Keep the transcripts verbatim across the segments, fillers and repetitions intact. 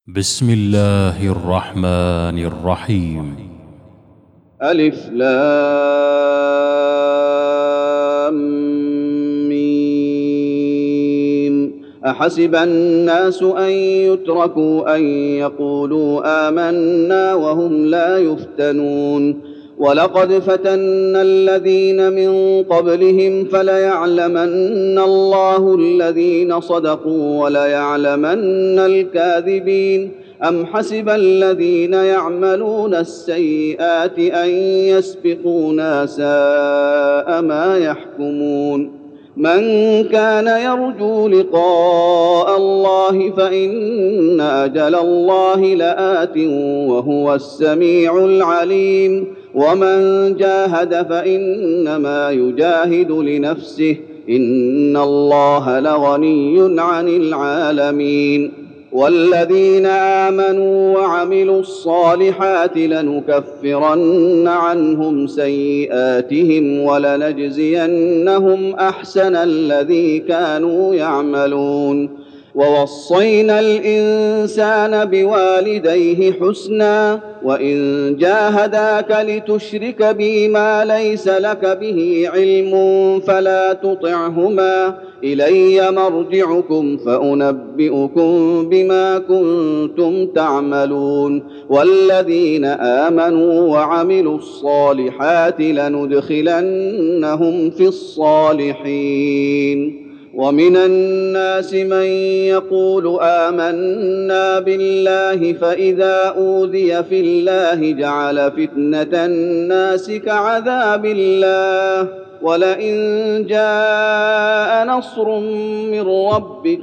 بسم الله الرحمن الرحيم. ألف لام ميم. أحسب الناس أن يتركوا أن يقولوا آمنا وهم لا يفتنون ولقد فتنا الذين من قبلهم فليعلمن الله الذين صدقوا وليعلمن الكاذبين. أم حسب الذين يعملون السيئات أن يسبقونا ساء ما يحكمون. من كان يرجو لقاء الله فإن أجل الله لآت وهو السميع العليم. ومن جاهد فإنما يجاهد لنفسه إن الله لغني عن العالمين. والذين آمنوا وعملوا الصالحات لنكفرن عنهم سيئاتهم ولنجزينهم أحسن الذي كانوا يعملون. ووصينا الإنسان بوالديه حسنا وإن جاهداك لتشرك بي ما ليس لك به علم فلا تطعهما إلي مرجعكم فأنبئكم بما كنتم تعملون. والذين آمنوا وعملوا الصالحات لندخلنهم في الصالحين. ومن الناس من يقول آمنا بالله فإذا أوذي في الله جعل فتنة الناس كعذاب الله ولئن جاء نصر من ربك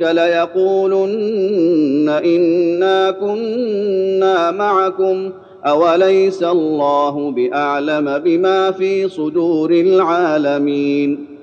ليقولن إنا كنا معكم أوليس الله بأعلم بما في صدور العالمين.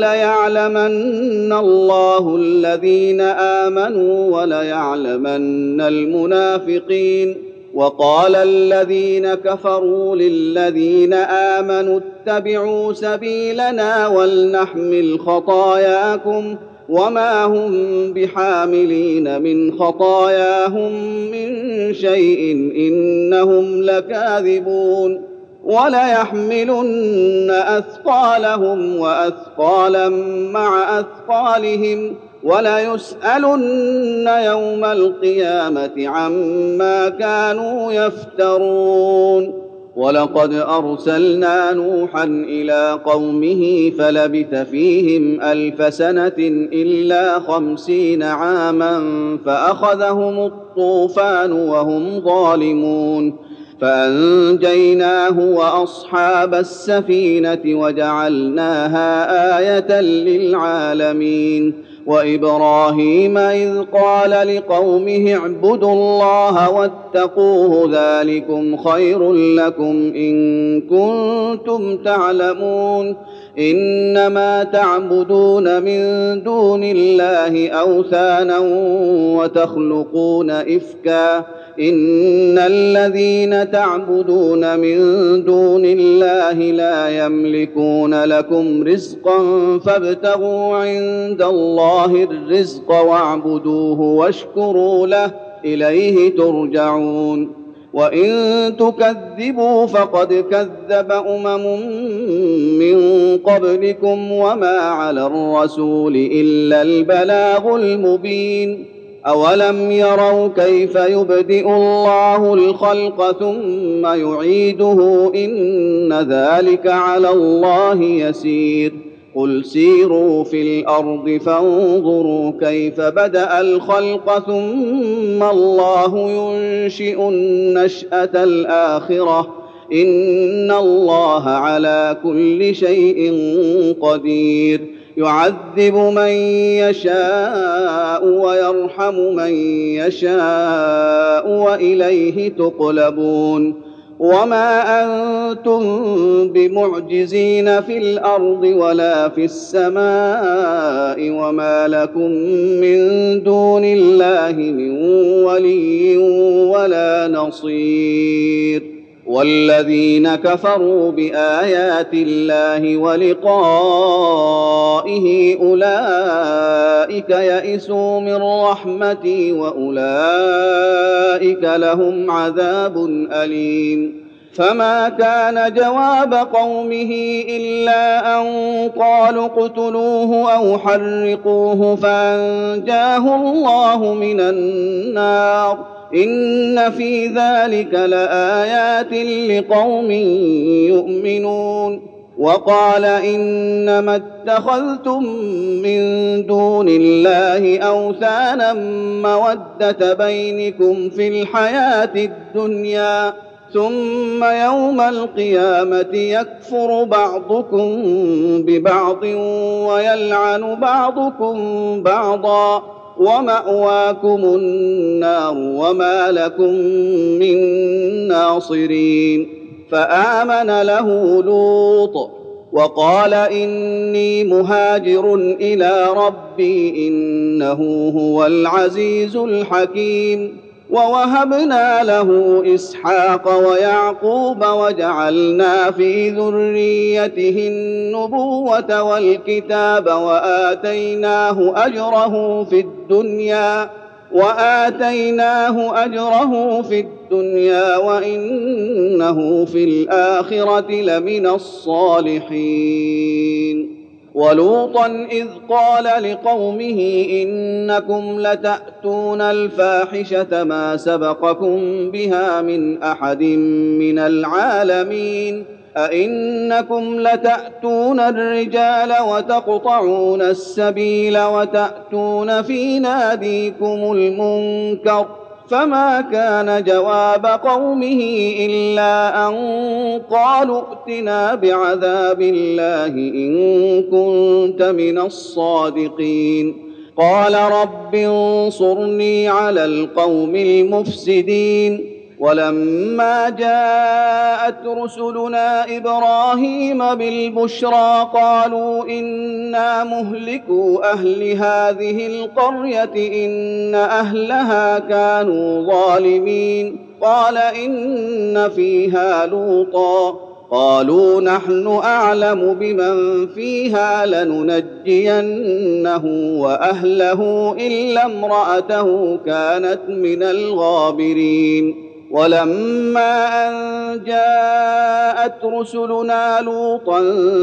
وليعلمن الله الذين آمنوا وليعلمن المنافقين. وقال الذين كفروا للذين آمنوا اتبعوا سبيلنا ولنحمل خطاياكم وما هم بحاملين من خطاياهم من شيء إنهم لكاذبون. وليحملن أثقالهم وأثقالا مع أثقالهم وليسألن يوم القيامة عما كانوا يفترون. ولقد أرسلنا نوحا إلى قومه فلبث فيهم ألف سنة إلا خمسين عاما فأخذهم الطوفان وهم ظالمون فأنجيناه وأصحاب السفينة وجعلناها آية للعالمين. وإبراهيم إذ قال لقومه اعبدوا الله واتقوه ذلكم خير لكم إن كنتم تعلمون. إنما تعبدون من دون الله أوثانا وتخلقون إفكا إن الذين تعبدون من دون الله لا يملكون لكم رزقا فابتغوا عند الله الرزق واعبدوه واشكروا له إليه ترجعون. وإن تكذبوا فقد كذب أمم من قبلكم وما على الرسول إلا البلاغ المبين. أولم يروا كيف يبدئ الله الخلق ثم يعيده إن ذلك على الله يسير. قل سيروا في الأرض فانظروا كيف بدأ الخلق ثم الله ينشئ النشأة الآخرة إن الله على كل شيء قدير. يعذب من يشاء ويرحم من يشاء وإليه تقلبون. وما أنتم بمعجزين في الأرض ولا في السماء وما لكم من دون الله من ولي ولا نصير. والذين كفروا بآيات الله ولقائه أولئك يئسوا من رحمتي وأولئك لهم عذاب أليم. فما كان جواب قومه إلا أن قالوا اقتلوه أو حرقوه فأنجاه الله من النار. إن في ذلك لآيات لقوم يؤمنون. وقال إنما اتخذتم من دون الله أوثانا مودة بينكم في الحياة الدنيا ثم يوم القيامة يكفر بعضكم ببعض ويلعن بعضكم بعضا ومأواكم النار وما لكم من ناصرين. فآمن له لوط وقال إني مهاجر إلى ربي إنه هو العزيز الحكيم. ووهبنا له إسحاق ويعقوب وجعلنا في ذريته النبوة والكتاب وآتيناه أجره في الدنيا وآتيناه أجره في الدنيا وإنه في الآخرة لمن الصالحين. ولوطا إذ قال لقومه إنكم لتأتون الفاحشة ما سبقكم بها من أحد من العالمين أئنكم لتأتون الرجال وتقطعون السبيل وتأتون في ناديكم المنكر. فما كان جواب قومه إلا أن قالوا ائتنا بعذاب الله إن كنت من الصادقين. قال رب انصرني على القوم المفسدين. ولما جاءت رسلنا إبراهيم بالبشرى قالوا إنا مهلكو أهل هذه القرية إن أهلها كانوا ظالمين. قال إن فيها لوطا قالوا نحن أعلم بمن فيها لننجينه وأهله إلا امرأته كانت من الغابرين. ولما أن جاءت رسلنا لوطا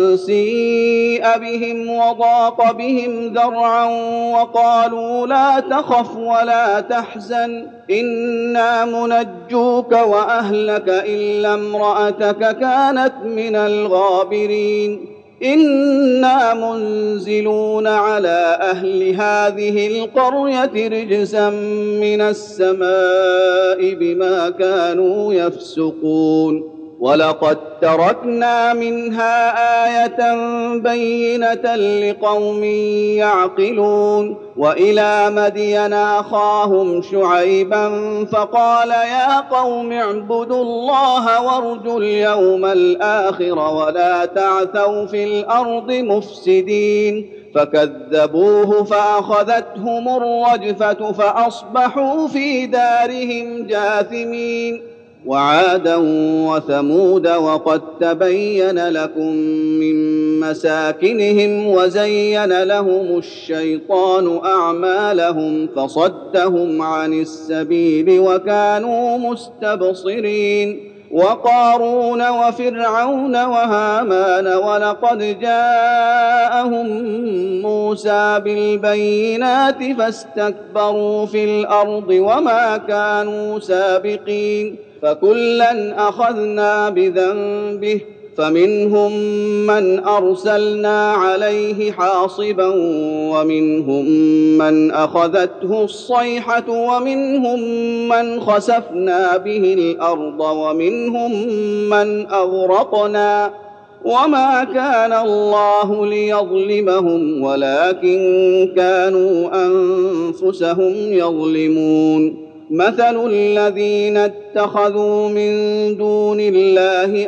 سيء بهم وضاق بهم ذرعا وقالوا لا تخف ولا تحزن إنا منجوك وأهلك إلا امرأتك كانت من الغابرين. إنا منزلون على أهل هذه القرية رجزا من السماء بما كانوا يفسقون. ولقد تركنا منها آية بينة لقوم يعقلون. وإلى مدين أخاهم شعيبا فقال يا قوم اعبدوا الله وارجوا اليوم الآخر ولا تعثوا في الأرض مفسدين. فكذبوه فأخذتهم الرجفة فأصبحوا في دارهم جاثمين. وعادا وثمود وقد تبين لكم من مساكنهم وزين لهم الشيطان أعمالهم فصدهم عن السبيل وكانوا مستبصرين. وقارون وفرعون وهامان ولقد جاءهم موسى بالبينات فاستكبروا في الأرض وما كانوا سابقين. فكلا أخذنا بذنبه فمنهم من أرسلنا عليه حاصبا ومنهم من أخذته الصيحة ومنهم من خسفنا به الأرض ومنهم من أغرقنا. وما كان الله ليظلمهم ولكن كانوا أنفسهم يظلمون. مثل الذين اتخذوا من دون الله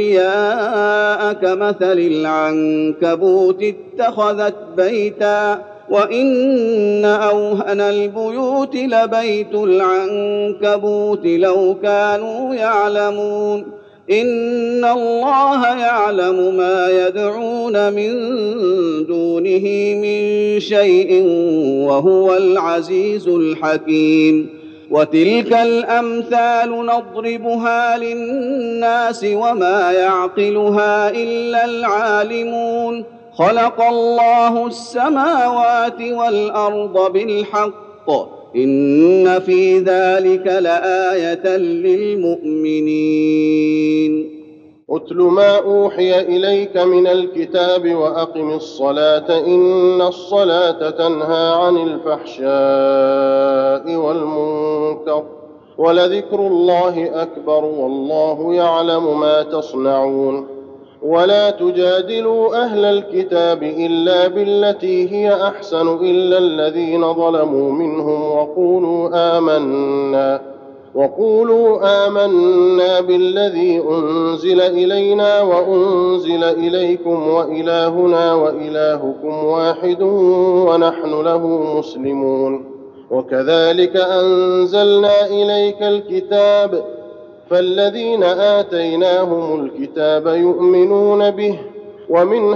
أولياء كمثل العنكبوت اتخذت بيتا وإن أوهن البيوت لبيت العنكبوت لو كانوا يعلمون. إن الله يعلم ما يدعون من دونه من شيء وهو العزيز الحكيم وتلك الأمثال نضربها للناس وما يعقلها إلا العالمون خلق الله السماوات والأرض بالحق إن في ذلك لآية للمؤمنين اتل ما أوحي إليك من الكتاب وأقم الصلاة إن الصلاة تنهى عن الفحشاء والمنكر ولذكر الله أكبر والله يعلم ما تصنعون ولا تجادلوا أهل الكتاب إلا بالتي هي أحسن إلا الذين ظلموا منهم وقولوا آمنا وقولوا آمنا بالذي أنزل إلينا وأنزل إليكم وإلهنا وإلهكم واحد ونحن له مسلمون وكذلك أنزلنا إليك الكتاب فالذين آتيناهم الكتاب يؤمنون به ومن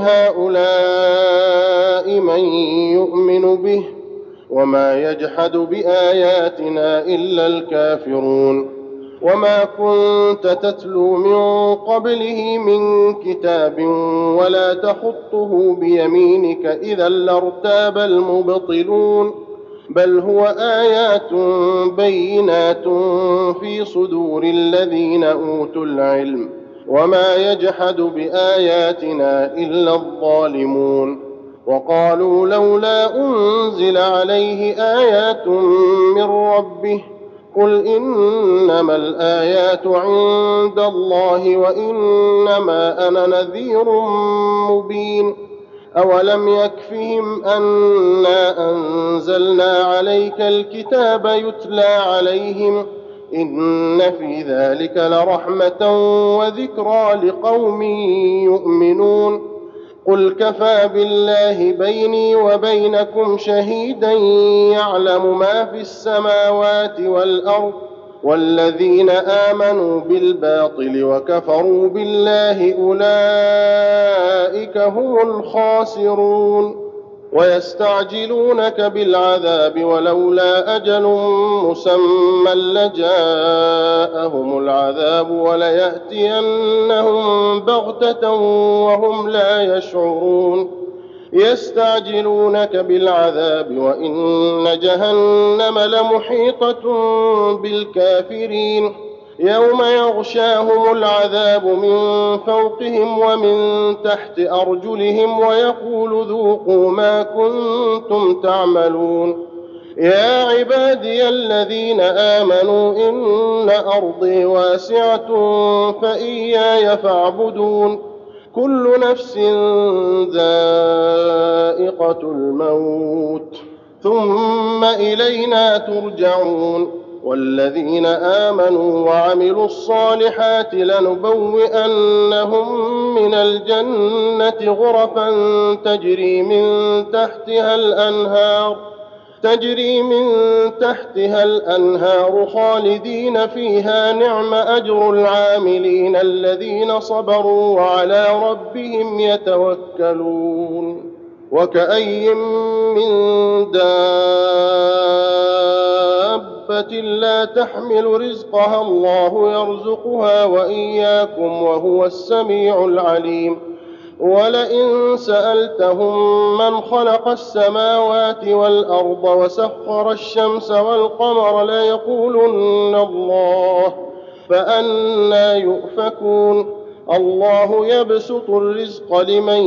هؤلاء من يؤمن به وما يجحد بآياتنا إلا الكافرون وما كنت تتلو من قبله من كتاب ولا تخطه بيمينك إذا لارتاب المبطلون بل هو آيات بينات في صدور الذين أوتوا العلم وما يجحد بآياتنا إلا الظالمون وقالوا لولا أنزل عليه آيات من ربه قل إنما الآيات عند الله وإنما أنا نذير مبين أولم يكفهم أنا أنزلنا عليك الكتاب يتلى عليهم إن في ذلك لرحمة وذكرى لقوم يؤمنون قل كفى بالله بيني وبينكم شهيدا يعلم ما في السماوات والأرض والذين آمنوا بالباطل وكفروا بالله أولئك هم الخاسرون ويستعجلونك بالعذاب ولولا أجل مسمى لجاءهم العذاب وليأتينهم بغتة وهم لا يشعرون يستعجلونك بالعذاب وإن جهنم لمحيطة بالكافرين يوم يغشاهم العذاب من فوقهم ومن تحت أرجلهم ويقول ذوقوا ما كنتم تعملون يا عبادي الذين آمنوا إن أرضي واسعة فإياي فاعبدون كل نفس ذائقة الموت ثم إلينا ترجعون والذين آمنوا وعملوا الصالحات لنبوئنهم من الجنة غرفا تجري من تحتها الأنهار تجري من تحتها الأنهار خالدين فيها نعم أجر العاملين الذين صبروا وعلى ربهم يتوكلون وكأي من دابة لا تحمل رزقها الله يرزقها وإياكم وهو السميع العليم ولئن سألتهم من خلق السماوات والأرض وسخر الشمس والقمر ليقولن الله فأنى يؤفكون الله يبسط الرزق لمن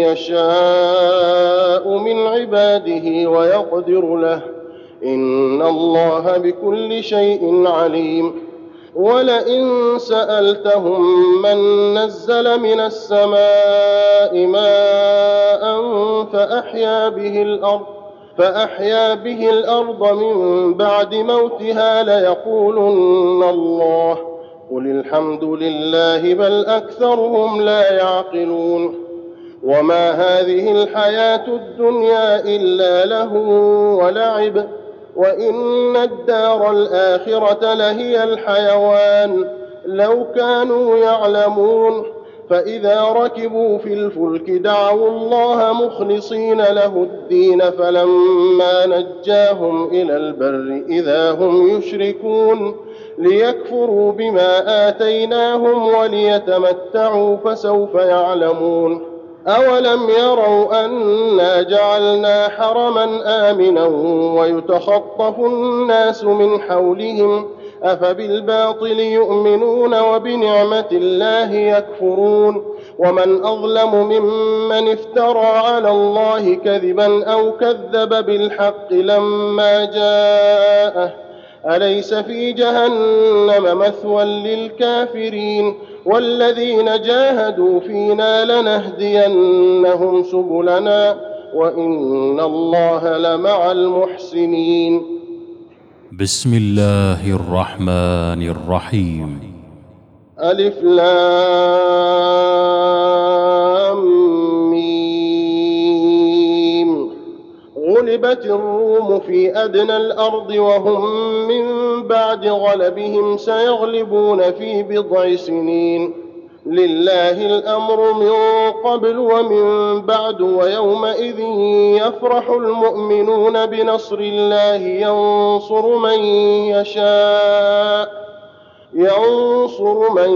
يشاء من عباده ويقدر له إن الله بكل شيء عليم ولئن سألتهم من نزل من السماء ماء فأحيا به الأرض فأحيا به الأرض من بعد موتها ليقولن الله قل الحمد لله بل أكثرهم لا يعقلون وما هذه الحياة الدنيا إلا لهو ولعب وإن الدار الآخرة لهي الحيوان لو كانوا يعلمون. فإذا ركبوا في الفلك دعوا الله مخلصين له الدين فلما نجاهم إلى البر إذا هم يشركون ليكفروا بما آتيناهم وليتمتعوا فسوف يعلمون. أولم يروا أنا جعلنا حرما آمنا ويتخطف الناس من حولهم أفبالباطل يؤمنون وبنعمة الله يكفرون. ومن أظلم ممن افترى على الله كذبا أو كذب بالحق لما جاءه أليس في جهنم مثوى للكافرين. والذين جاهدوا فينا لنهدينهم سبلنا وإن الله لمع المحسنين. بسم الله الرحمن الرحيم. ألف لام ميم. غلبت الروم في أدنى الأرض وهم من بعد غلبهم سيغلبون في بضع سنين. لله الأمر من قبل ومن بعد ويومئذ يفرح المؤمنون بنصر الله ينصر من يشاء ينصر من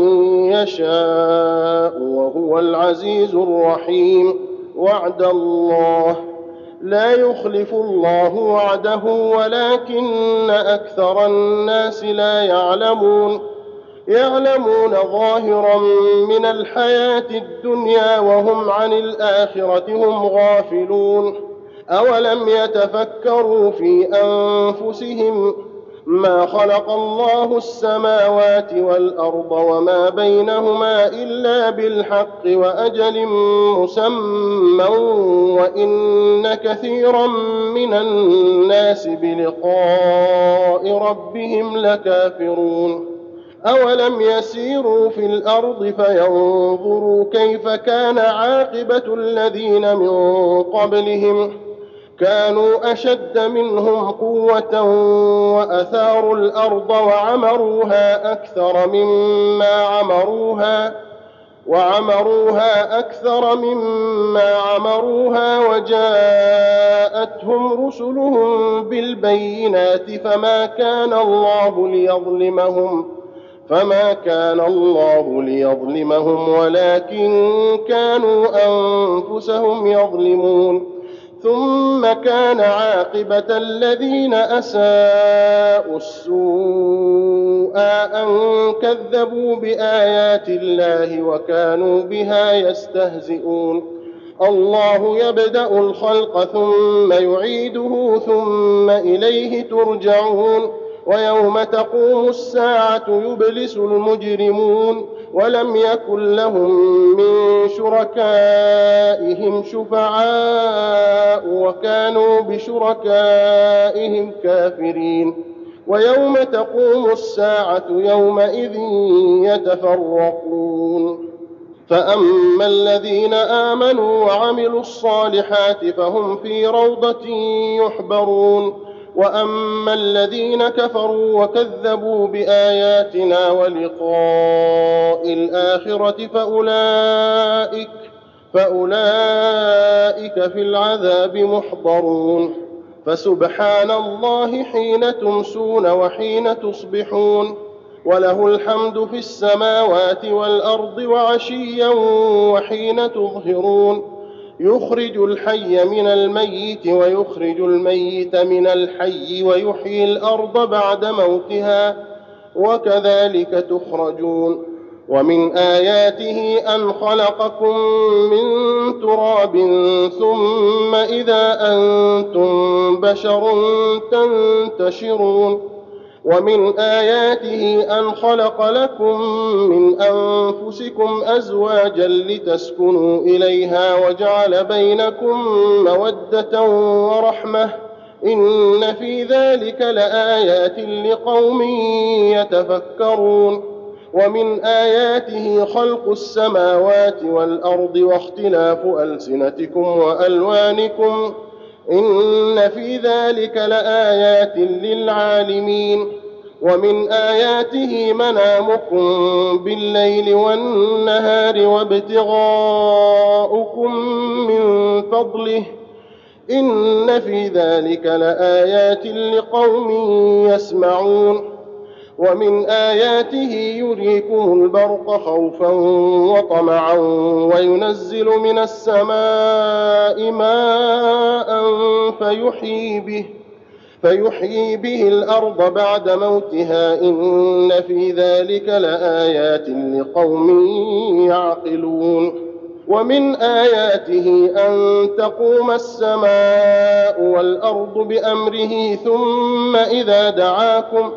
يشاء وهو العزيز الرحيم. وعد الله لا يخلف الله وعده ولكن أكثر الناس لا يعلمون. يعلمون ظاهرا من الحياة الدنيا وهم عن الآخرة هم غافلون. أولم يتفكروا في أنفسهم ما خلق الله السماوات والأرض وما بينهما إلا بالحق وأجل مسمى وإن كثيرا من الناس بلقاء ربهم لكافرون. أولم يسيروا في الأرض فينظروا كيف كان عاقبة الذين من قبلهم كانوا أشد منهم قوة وأثاروا الأرض وعمروها أكثر مما عمروها وعمروها أكثر مما عمروها وجاءتهم رسلهم بالبينات فما كان الله ليظلمهم فما كان الله ليظلمهم ولكن كانوا أنفسهم يظلمون. ثم كان عاقبة الذين أساءوا السوء أن كذبوا بآيات الله وكانوا بها يستهزئون. الله يبدأ الخلق ثم يعيده ثم إليه ترجعون. ويوم تقوم الساعة يبلس المجرمون ولم يكن لهم من شركائهم شفعاء وكانوا بشركائهم كافرين. ويوم تقوم الساعة يومئذ يتفرقون. فأما الذين آمنوا وعملوا الصالحات فهم في روضة يحبرون. وأما الذين كفروا وكذبوا بآياتنا ولقاء الآخرة فأولئك فأولئك في العذاب محضرون. فسبحان الله حين تمسون وحين تصبحون وله الحمد في السماوات والأرض وعشيا وحين تظهرون. يخرج الحي من الميت ويخرج الميت من الحي ويحيي الأرض بعد موتها وكذلك تخرجون. ومن آياته أن خلقكم من تراب ثم إذا أنتم بشر تنتشرون. ومن آياته أن خلق لكم من أنفسكم أزواجا لتسكنوا إليها وجعل بينكم مودة ورحمة إن في ذلك لآيات لقوم يتفكرون. ومن آياته خلق السماوات والأرض واختلاف ألسنتكم وألوانكم إن في ذلك لآيات للعالمين. ومن آياته منامكم بالليل والنهار وابتغاؤكم من فضله إن في ذلك لآيات لقوم يسمعون ومن آياته يريكم البرق خوفا وطمعا وينزل من السماء ماء فيحيي به فيحيي به الأرض بعد موتها إن في ذلك لآيات لقوم يعقلون ومن آياته أن تقوم السماء والأرض بأمره ثم إذا دعاكم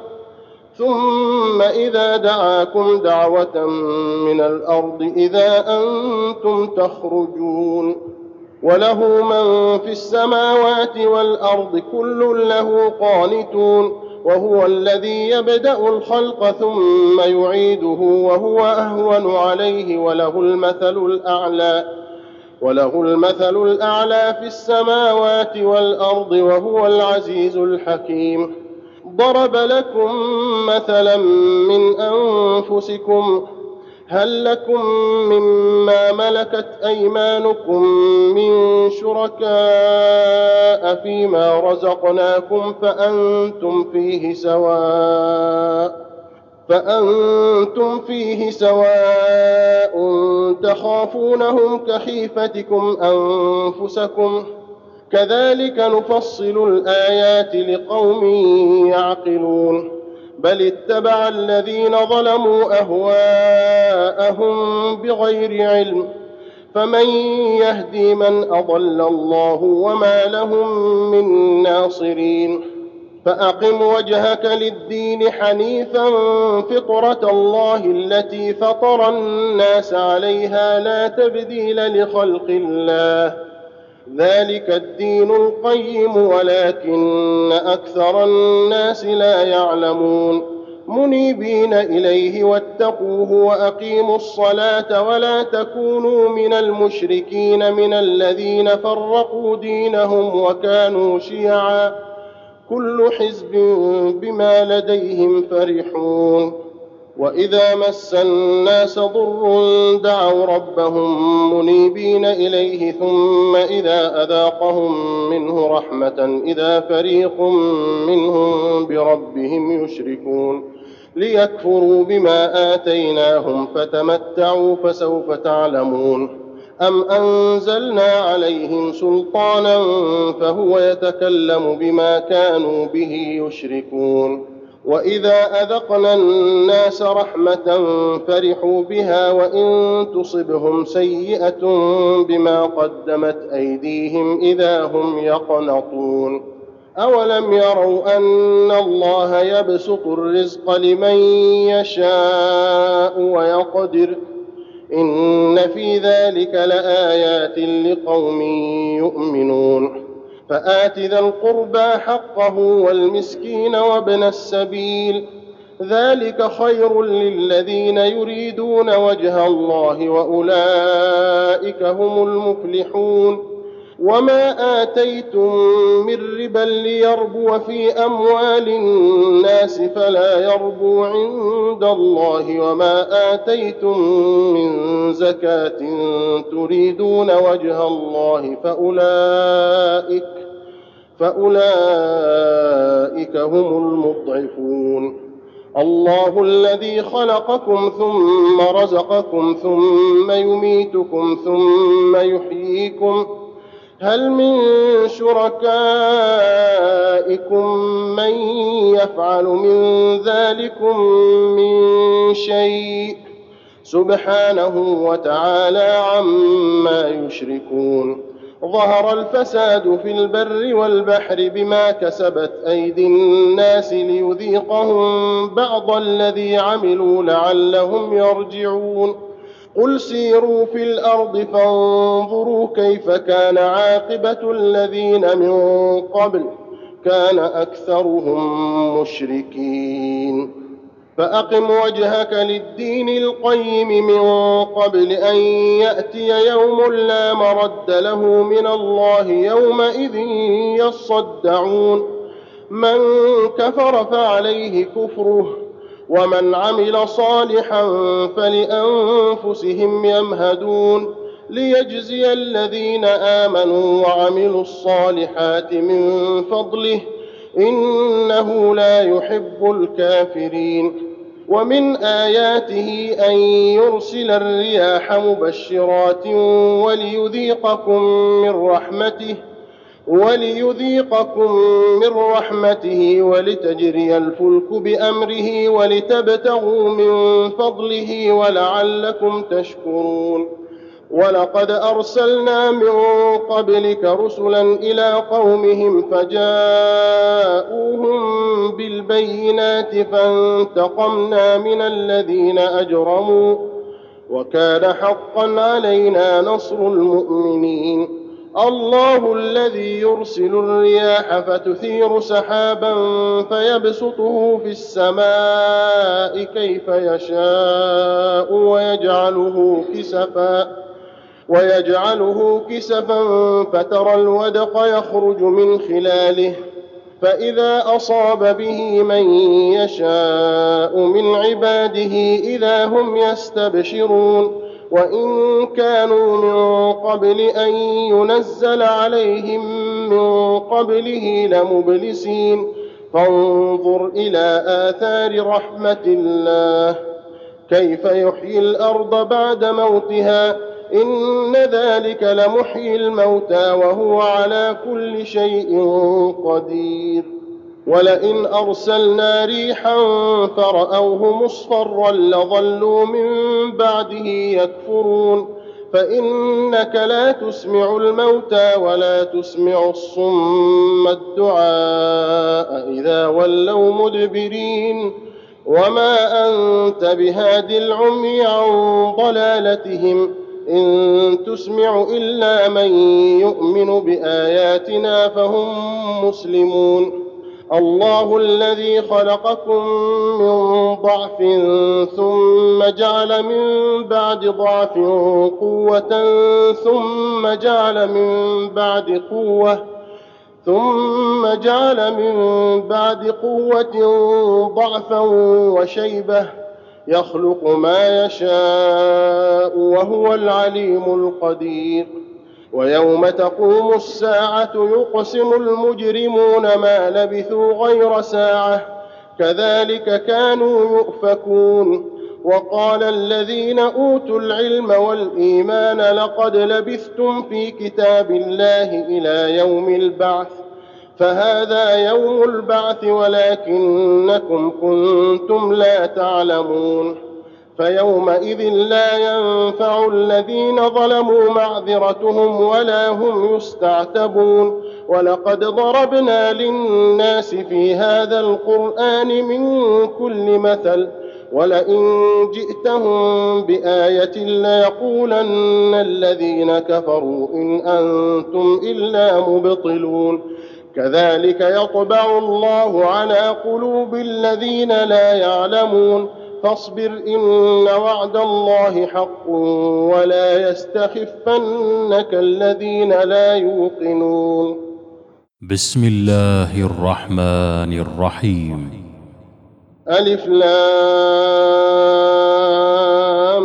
ثم إذا دعاكم دعوة من الأرض إذا أنتم تخرجون وله من في السماوات والأرض كل له قانتون وهو الذي يبدأ الخلق ثم يعيده وهو أهون عليه وله المثل الأعلى وله المثل الأعلى في السماوات والأرض وهو العزيز الحكيم ضرب لكم مثلا من أنفسكم هل لكم مما ملكت أيمانكم من شركاء فيما رزقناكم فأنتم فيه سواء فأنتم فيه سواء تخافونهم كخيفتكم أنفسكم كذلك نفصل الآيات لقوم يعقلون بل اتبع الذين ظلموا أهواءهم بغير علم فمن يهدي من أضل الله وما لهم من ناصرين فأقم وجهك للدين حنيفا فطرة الله التي فطر الناس عليها لا تبديل لخلق الله ذلك الدين القيم ولكن أكثر الناس لا يعلمون منيبين إليه واتقوه وأقيموا الصلاة ولا تكونوا من المشركين من الذين فرقوا دينهم وكانوا شيعا كل حزب بما لديهم فرحون وإذا مس الناس ضر دعوا ربهم منيبين إليه ثم إذا أذاقهم منه رحمة إذا فريق منهم بربهم يشركون ليكفروا بما آتيناهم فتمتعوا فسوف تعلمون أم أنزلنا عليهم سلطانا فهو يتكلم بما كانوا به يشركون وإذا أذقنا الناس رحمة فرحوا بها وإن تصبهم سيئة بما قدمت أيديهم إذا هم يقنطون أولم يروا أن الله يبسط الرزق لمن يشاء ويقدر إن في ذلك لآيات لقوم يؤمنون فآت ذا القربى حقه والمسكين وابن السبيل ذلك خير للذين يريدون وجه الله وأولئك هم المفلحون وما آتيتم من ربا ليربو في أموال الناس فلا يربو عند الله وما آتيتم من زكاة تريدون وجه الله فأولئك فأولئك هم المضعفون الله الذي خلقكم ثم رزقكم ثم يميتكم ثم يحييكم هل من شركائكم من يفعل من ذلكم من شيء سبحانه وتعالى عما يشركون ظهر الفساد في البر والبحر بما كسبت أيدي الناس ليذيقهم بعض الذي عملوا لعلهم يرجعون قل سيروا في الأرض فانظروا كيف كان عاقبة الذين من قبل كان أكثرهم مشركين فأقم وجهك للدين القيم من قبل أن يأتي يوم لا مرد له من الله يومئذ يصدعون من كفر فعليه كفره ومن عمل صالحا فلأنفسهم يمهدون ليجزي الذين آمنوا وعملوا الصالحات من فضله إنه لا يحب الكافرين. ومن آياته أن يرسل الرياح مبشرات وليذيقكم من رحمته وليذيقكم من رحمته ولتجري الفلك بأمره ولتبتغوا من فضله ولعلكم تشكرون. ولقد أرسلنا من قبلك رسلا إلى قومهم فجاءوهم بالبينات فانتقمنا من الذين أجرموا وكان حقا علينا نصر المؤمنين. الله الذي يرسل الرياح فتثير سحابا فيبسطه في السماء كيف يشاء ويجعله كسفا ويجعله كسفا فترى الودق يخرج من خلاله فإذا أصاب به من يشاء من عباده إذا هم يستبشرون. وإن كانوا من قبل أن ينزل عليهم من قبله لمبلسين فانظر إلى آثار رحمة الله كيف يحيي الأرض بعد موتها إن ذلك لمحيي الموتى وهو على كل شيء قدير. ولئن أرسلنا ريحا فرأوه مصفرا لظلوا من بعده يكفرون فإنك لا تسمع الموتى ولا تسمع الصم الدعاء إذا ولوا مدبرين وما أنت بهاد العمي عن ضلالتهم إن تسمع إلا من يؤمن بآياتنا فهم مسلمون. الله الذي خلقكم من ضعف ثم جعل من بعد ضعف قوة ثم جعل من بعد قوة ثم جعل من بعد قوة ضعفا وشيبة يخلق ما يشاء وهو العليم القدير. ويوم تقوم الساعة يقسم المجرمون ما لبثوا غير ساعة كذلك كانوا يؤفكون. وقال الذين أوتوا العلم والإيمان لقد لبثتم في كتاب الله إلى يوم البعث فهذا يوم البعث ولكنكم كنتم لا تعلمون. فيومئذ لا ينفع الذين ظلموا معذرتهم ولا هم يستعتبون. ولقد ضربنا للناس في هذا القرآن من كل مثل ولئن جئتهم بآية ليقولن الذين كفروا إن أنتم إلا مبطلون. كذلك يطبع الله على قلوب الذين لا يعلمون فاصبر إن وعد الله حق ولا يستخفنك الذين لا يوقنون. بسم الله الرحمن الرحيم. ألف لام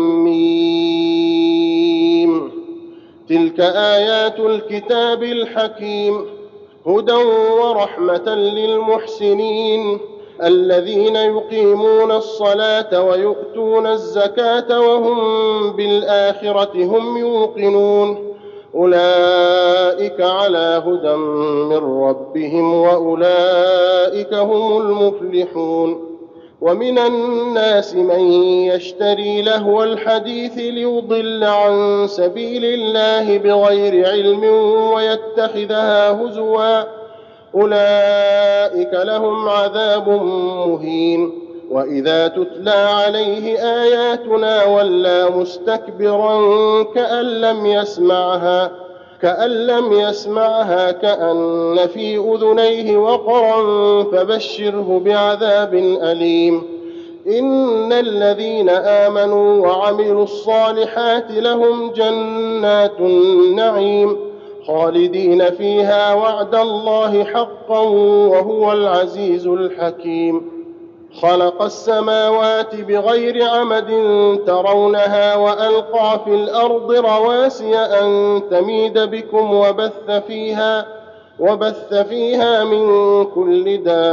ميم تلك آيات الكتاب الحكيم هدى ورحمة للمحسنين الذين يقيمون الصلاة ويؤتون الزكاة وهم بالآخرة هم يوقنون أولئك على هدى من ربهم وأولئك هم المفلحون. ومن الناس من يشتري لهو الحديث ليضل عن سبيل الله بغير علم ويتخذها هزوا أولئك لهم عذاب مهين. وإذا تتلى عليه آياتنا ولى مستكبرا كأن لم يسمعها كأن لم يسمعها كأن في أذنيه وقرا فبشره بعذاب أليم. إن الذين آمنوا وعملوا الصالحات لهم جنات النعيم خالدين فيها وعد الله حقا وهو العزيز الحكيم. خلق السماوات بغير عمد ترونها وألقى في الأرض رواسي أن تميد بكم وبث فيها وبث فيها من كل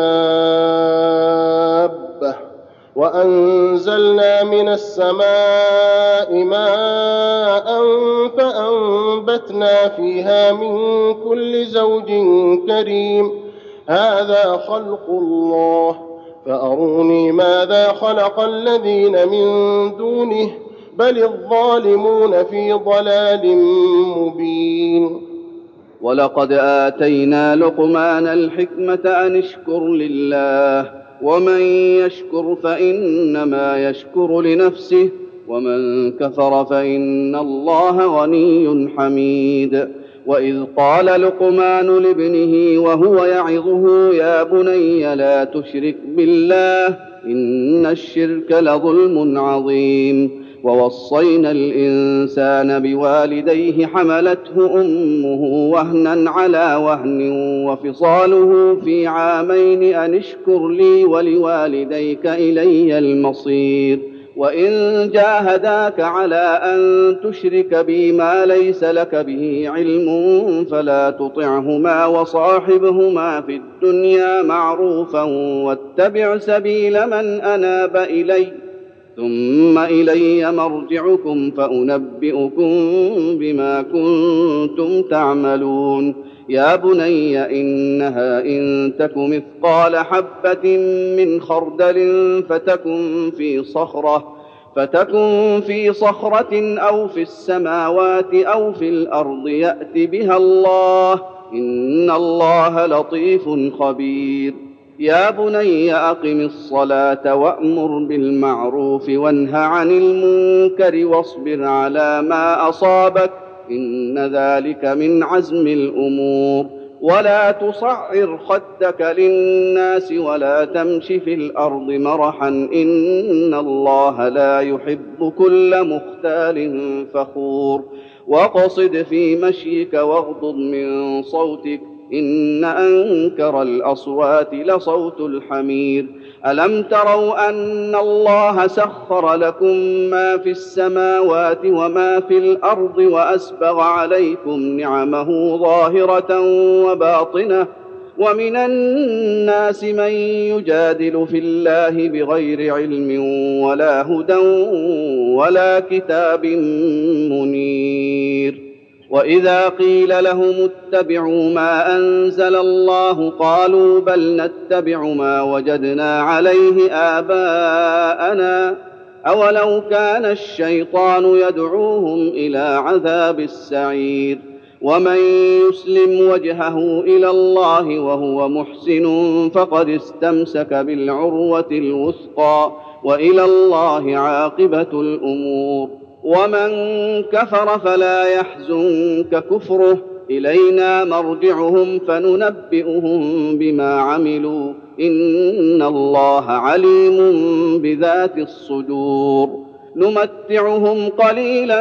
دابة وأنزلنا من السماء ماء فأنبتنا فيها من كل زوج كريم. هذا خلق الله فأروني ماذا خلق الذين من دونه بل الظالمون في ضلال مبين. ولقد آتينا لقمان الحكمة أن اشكر لله ومن يشكر فإنما يشكر لنفسه ومن كفر فإن الله غني حميد. وإذ قال لقمان لابنه وهو يعظه يا بني لا تشرك بالله إن الشرك لظلم عظيم. ووصينا الإنسان بوالديه حملته أمه وهنا على وهن وفصاله في عامين أن اشكر لي ولوالديك إلي المصير. وإن جاهداك على أن تشرك بي ما ليس لك به علم فلا تطعهما وصاحبهما في الدنيا معروفا واتبع سبيل من أناب إلي ثم إلي مرجعكم فأنبئكم بما كنتم تعملون. يا بني إنها إن تك مثقال حبة من خردل فتكن في صخرة فتكن في صخرة أو في السماوات أو في الأرض يأت بها الله إن الله لطيف خبير. يا بني أقم الصلاة وأمر بالمعروف وانه عن المنكر واصبر على ما أصابك إن ذلك من عزم الأمور. ولا تصعر خدك للناس ولا تمش في الأرض مرحا إن الله لا يحب كل مختال فخور. واقصد في مشيك واغضض من صوتك إن أنكر الأصوات لصوت الحمير. ألم تروا أن الله سخر لكم ما في السماوات وما في الأرض وأسبغ عليكم نعمه ظاهرة وباطنة ومن الناس من يجادل في الله بغير علم ولا هدى ولا كتاب منير. وإذا قيل لهم اتبعوا ما أنزل الله قالوا بل نتبع ما وجدنا عليه آباءنا أولو كان الشيطان يدعوهم إلى عذاب السعير. ومن يسلم وجهه إلى الله وهو محسن فقد استمسك بالعروة الوثقى وإلى الله عاقبة الأمور. ومن كفر فلا يحزنك كفره إلينا مرجعهم فننبئهم بما عملوا إن الله عليم بذات الصدور. نمتعهم قليلا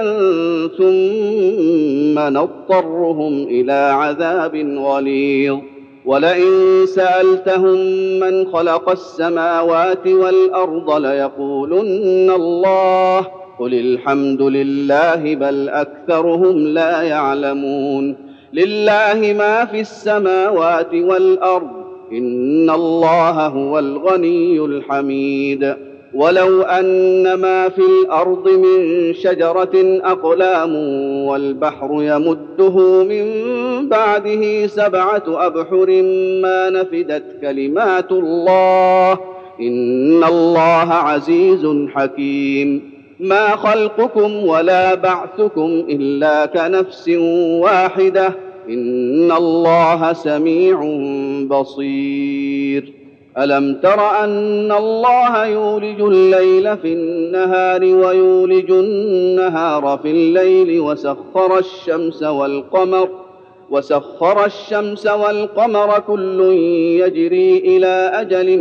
ثم نضطرهم إلى عذاب غليظ. ولئن سألتهم من خلق السماوات والأرض ليقولن الله قل الحمد لله بل أكثرهم لا يعلمون. لله ما في السماوات والأرض إن الله هو الغني الحميد. ولو أن ما في الأرض من شجرة أقلام والبحر يمده من بعده سبعة أبحر ما نفدت كلمات الله إن الله عزيز حكيم. ما خلقكم ولا بعثكم إلا كنفس واحدة إن الله سميع بصير. ألم تر أن الله يولج الليل في النهار ويولج النهار في الليل وسخر الشمس والقمر وسخر الشمس والقمر كل يجري إلى أجل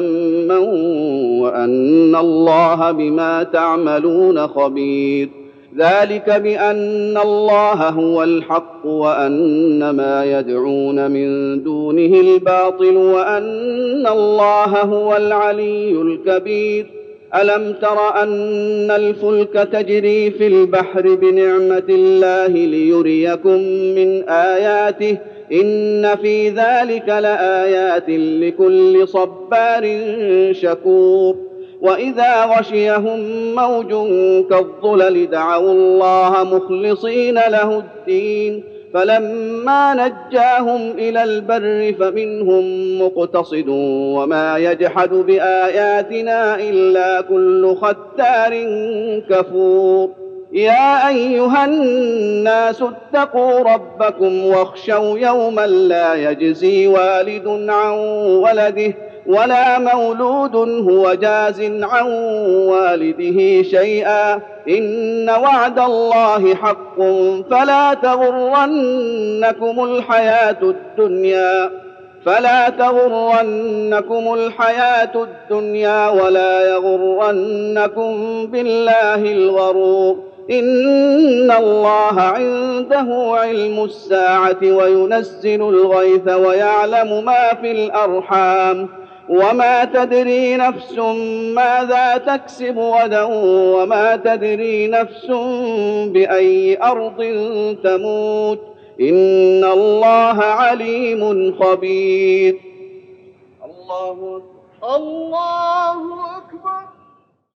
مسمى وأن الله بما تعملون خبير. ذلك بأن الله هو الحق وأن ما يدعون من دونه الباطل وأن الله هو العلي الكبير. ألم تر أن الفلك تجري في البحر بنعمة الله ليريكم من آياته إن في ذلك لآيات لكل صبار شكور. وإذا غشيهم موج كالظلل دعوا الله مخلصين له الدين فلما نجاهم إلى البر فمنهم مقتصد وما يجحد بآياتنا إلا كل ختار كفور. يا أيها الناس اتقوا ربكم واخشوا يوما لا يجزي والد عن ولده ولا مولود هو جاز عن والده شيئا إن وعد الله حق فلا تغرنكم الحياة الدنيا فلا تغرنكم الحياة الدنيا ولا يغرنكم بالله الغرور. إن الله عنده علم الساعة وينزل الغيث ويعلم ما في الأرحام وما تدري نفس ماذا تكسب غدا وما تدري نفس بأي أرض تموت إن الله عليم خبير. الله أكبر. الله أكبر.